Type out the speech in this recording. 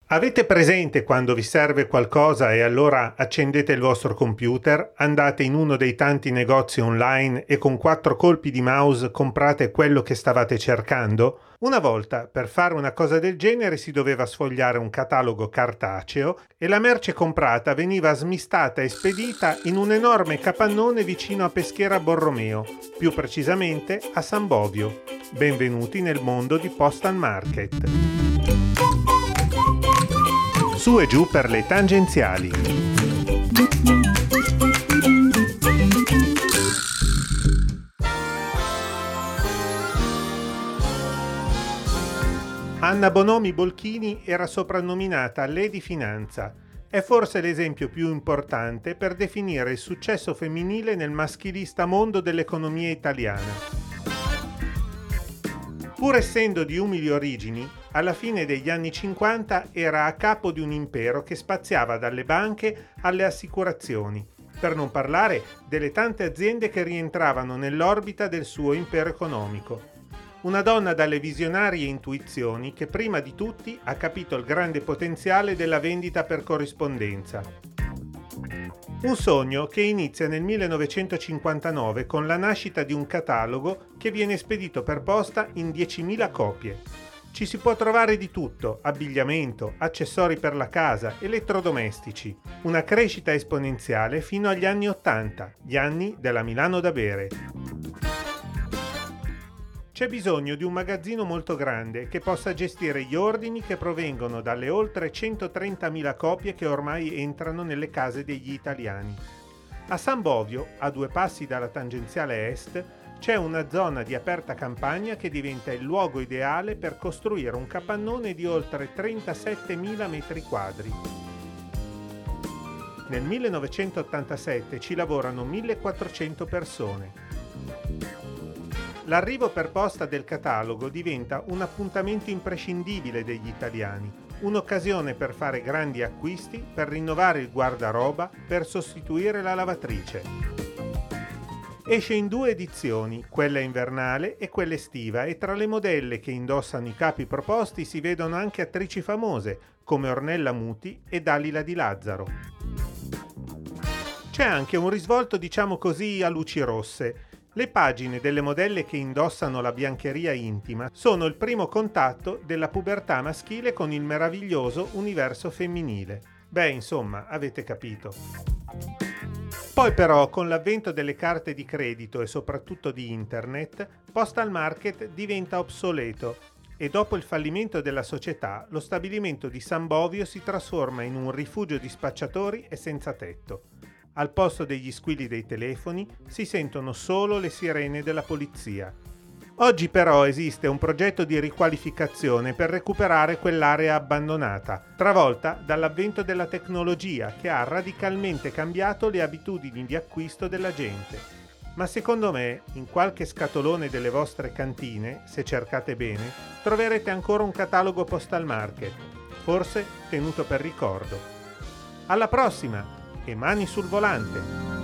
Avete presente quando vi serve qualcosa e allora accendete il vostro computer, andate in uno dei tanti negozi online e con 4 colpi di mouse comprate quello che stavate cercando? Una volta, per fare una cosa del genere, si doveva sfogliare un catalogo cartaceo e la merce comprata veniva smistata e spedita in un enorme capannone vicino a Peschiera Borromeo, più precisamente a San Bovio. Benvenuti nel mondo di Postal Market. Su e giù per le tangenziali. Anna Bonomi Bolchini era soprannominata Lady Finanza. È forse l'esempio più importante per definire il successo femminile nel maschilista mondo dell'economia italiana. Pur essendo di umili origini, alla fine degli anni 50 era a capo di un impero che spaziava dalle banche alle assicurazioni, per non parlare delle tante aziende che rientravano nell'orbita del suo impero economico. Una donna dalle visionarie intuizioni che prima di tutti ha capito il grande potenziale della vendita per corrispondenza. Un sogno che inizia nel 1959 con la nascita di un catalogo che viene spedito per posta in 10.000 copie. Ci si può trovare di tutto: abbigliamento, accessori per la casa, elettrodomestici. Una crescita esponenziale fino agli anni 80, gli anni della Milano da bere. C'è bisogno di un magazzino molto grande che possa gestire gli ordini che provengono dalle oltre 130.000 copie che ormai entrano nelle case degli italiani. A San Bovio, a 2 passi dalla tangenziale est, c'è una zona di aperta campagna che diventa il luogo ideale per costruire un capannone di oltre 37.000 metri quadri. Nel 1987 ci lavorano 1.400 persone. L'arrivo per posta del catalogo diventa un appuntamento imprescindibile degli italiani, un'occasione per fare grandi acquisti, per rinnovare il guardaroba, per sostituire la lavatrice. Esce in 2 edizioni, quella invernale e quella estiva, e tra le modelle che indossano i capi proposti si vedono anche attrici famose come Ornella Muti e Dalila Di Lazzaro. C'è anche un risvolto, diciamo così, a luci rosse. Le pagine delle modelle che indossano la biancheria intima sono il primo contatto della pubertà maschile con il meraviglioso universo femminile. Beh, insomma, avete capito. Poi però, con l'avvento delle carte di credito e soprattutto di internet, Postal Market diventa obsoleto e dopo il fallimento della società, lo stabilimento di San Bovio si trasforma in un rifugio di spacciatori e senza tetto. Al posto degli squilli dei telefoni si sentono solo le sirene della polizia. Oggi però esiste un progetto di riqualificazione per recuperare quell'area abbandonata, travolta dall'avvento della tecnologia che ha radicalmente cambiato le abitudini di acquisto della gente. Ma secondo me, in qualche scatolone delle vostre cantine, se cercate bene, troverete ancora un catalogo Postal Market, forse tenuto per ricordo. Alla prossima! E mani sul volante!